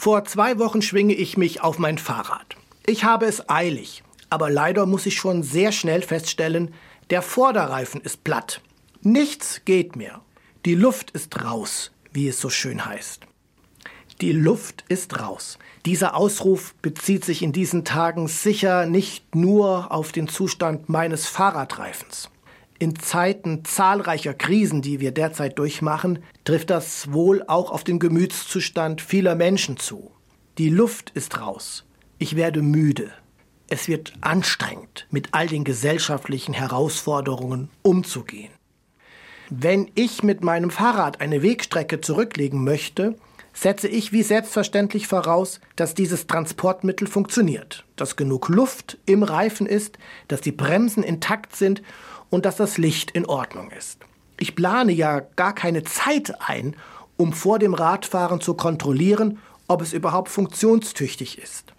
Vor 2 Wochen schwinge ich mich auf mein Fahrrad. Ich habe es eilig, aber leider muss ich schon sehr schnell feststellen, der Vorderreifen ist platt. Nichts geht mehr. Die Luft ist raus, wie es so schön heißt. Die Luft ist raus. Dieser Ausruf bezieht sich in diesen Tagen sicher nicht nur auf den Zustand meines Fahrradreifens. In Zeiten zahlreicher Krisen, die wir derzeit durchmachen, trifft das wohl auch auf den Gemütszustand vieler Menschen zu. Die Luft ist raus. Ich werde müde. Es wird anstrengend, mit all den gesellschaftlichen Herausforderungen umzugehen. Wenn ich mit meinem Fahrrad eine Wegstrecke zurücklegen möchte, setze ich wie selbstverständlich voraus, dass dieses Transportmittel funktioniert, dass genug Luft im Reifen ist, dass die Bremsen intakt sind und dass das Licht in Ordnung ist. Ich plane ja gar keine Zeit ein, um vor dem Radfahren zu kontrollieren, ob es überhaupt funktionstüchtig ist.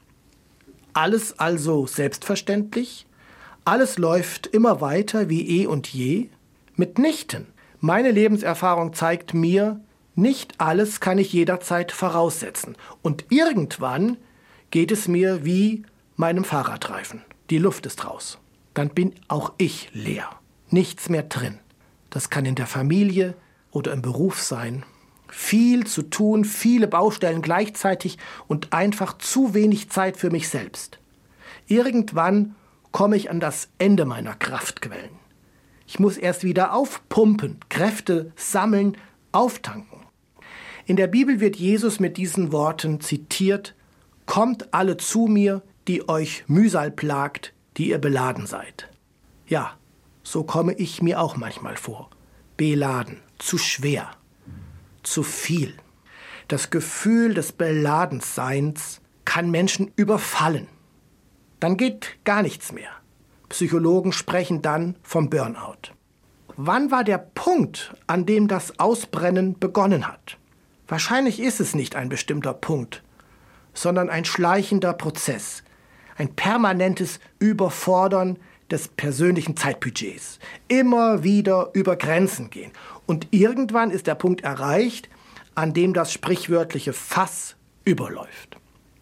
Alles also selbstverständlich, alles läuft immer weiter wie eh und je. Mitnichten. Meine Lebenserfahrung zeigt mir, nicht alles kann ich jederzeit voraussetzen. Und irgendwann geht es mir wie meinem Fahrradreifen. Die Luft ist raus. Dann bin auch ich leer. Nichts mehr drin. Das kann in der Familie oder im Beruf sein. Viel zu tun, viele Baustellen gleichzeitig und einfach zu wenig Zeit für mich selbst. Irgendwann komme ich an das Ende meiner Kraftquellen. Ich muss erst wieder aufpumpen, Kräfte sammeln, auftanken. In der Bibel wird Jesus mit diesen Worten zitiert: Kommt alle zu mir, die euch Mühsal plagt, die ihr beladen seid. Ja, so komme ich mir auch manchmal vor. Beladen, zu schwer, zu viel. Das Gefühl des Beladensseins kann Menschen überfallen. Dann geht gar nichts mehr. Psychologen sprechen dann vom Burnout. Wann war der Punkt, an dem das Ausbrennen begonnen hat? Wahrscheinlich ist es nicht ein bestimmter Punkt, sondern ein schleichender Prozess, ein permanentes Überfordern des persönlichen Zeitbudgets. Immer wieder über Grenzen gehen. Und irgendwann ist der Punkt erreicht, an dem das sprichwörtliche Fass überläuft.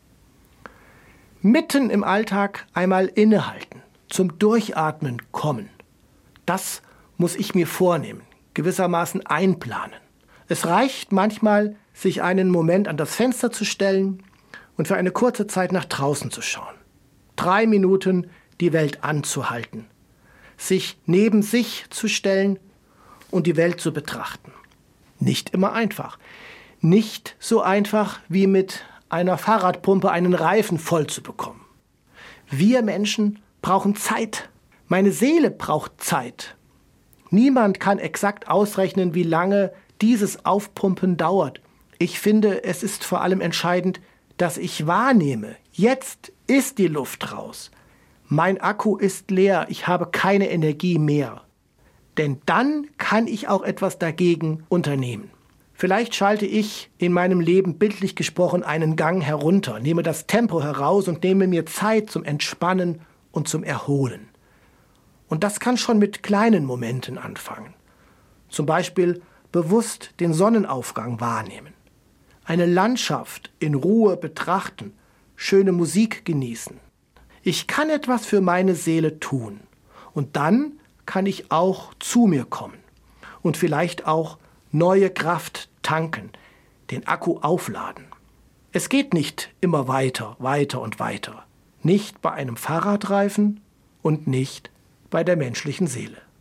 Mitten im Alltag einmal innehalten, zum Durchatmen kommen. Das muss ich mir vornehmen, gewissermaßen einplanen. Es reicht manchmal, sich einen Moment an das Fenster zu stellen und für eine kurze Zeit nach draußen zu schauen. 3 Minuten die Welt anzuhalten, sich neben sich zu stellen und die Welt zu betrachten. Nicht immer einfach. Nicht so einfach wie mit einer Fahrradpumpe einen Reifen voll zu bekommen. Wir Menschen brauchen Zeit. Meine Seele braucht Zeit. Niemand kann exakt ausrechnen, wie lange dieses Aufpumpen dauert. Ich finde, es ist vor allem entscheidend, dass ich wahrnehme, jetzt ist die Luft raus. Mein Akku ist leer, ich habe keine Energie mehr. Denn dann kann ich auch etwas dagegen unternehmen. Vielleicht schalte ich in meinem Leben bildlich gesprochen einen Gang herunter, nehme das Tempo heraus und nehme mir Zeit zum Entspannen und zum Erholen. Und das kann schon mit kleinen Momenten anfangen. Zum Beispiel bewusst den Sonnenaufgang wahrnehmen, eine Landschaft in Ruhe betrachten, schöne Musik genießen. Ich kann etwas für meine Seele tun und dann kann ich auch zu mir kommen und vielleicht auch neue Kraft tanken, den Akku aufladen. Es geht nicht immer weiter, weiter und weiter. Nicht bei einem Fahrradreifen und nicht bei der menschlichen Seele.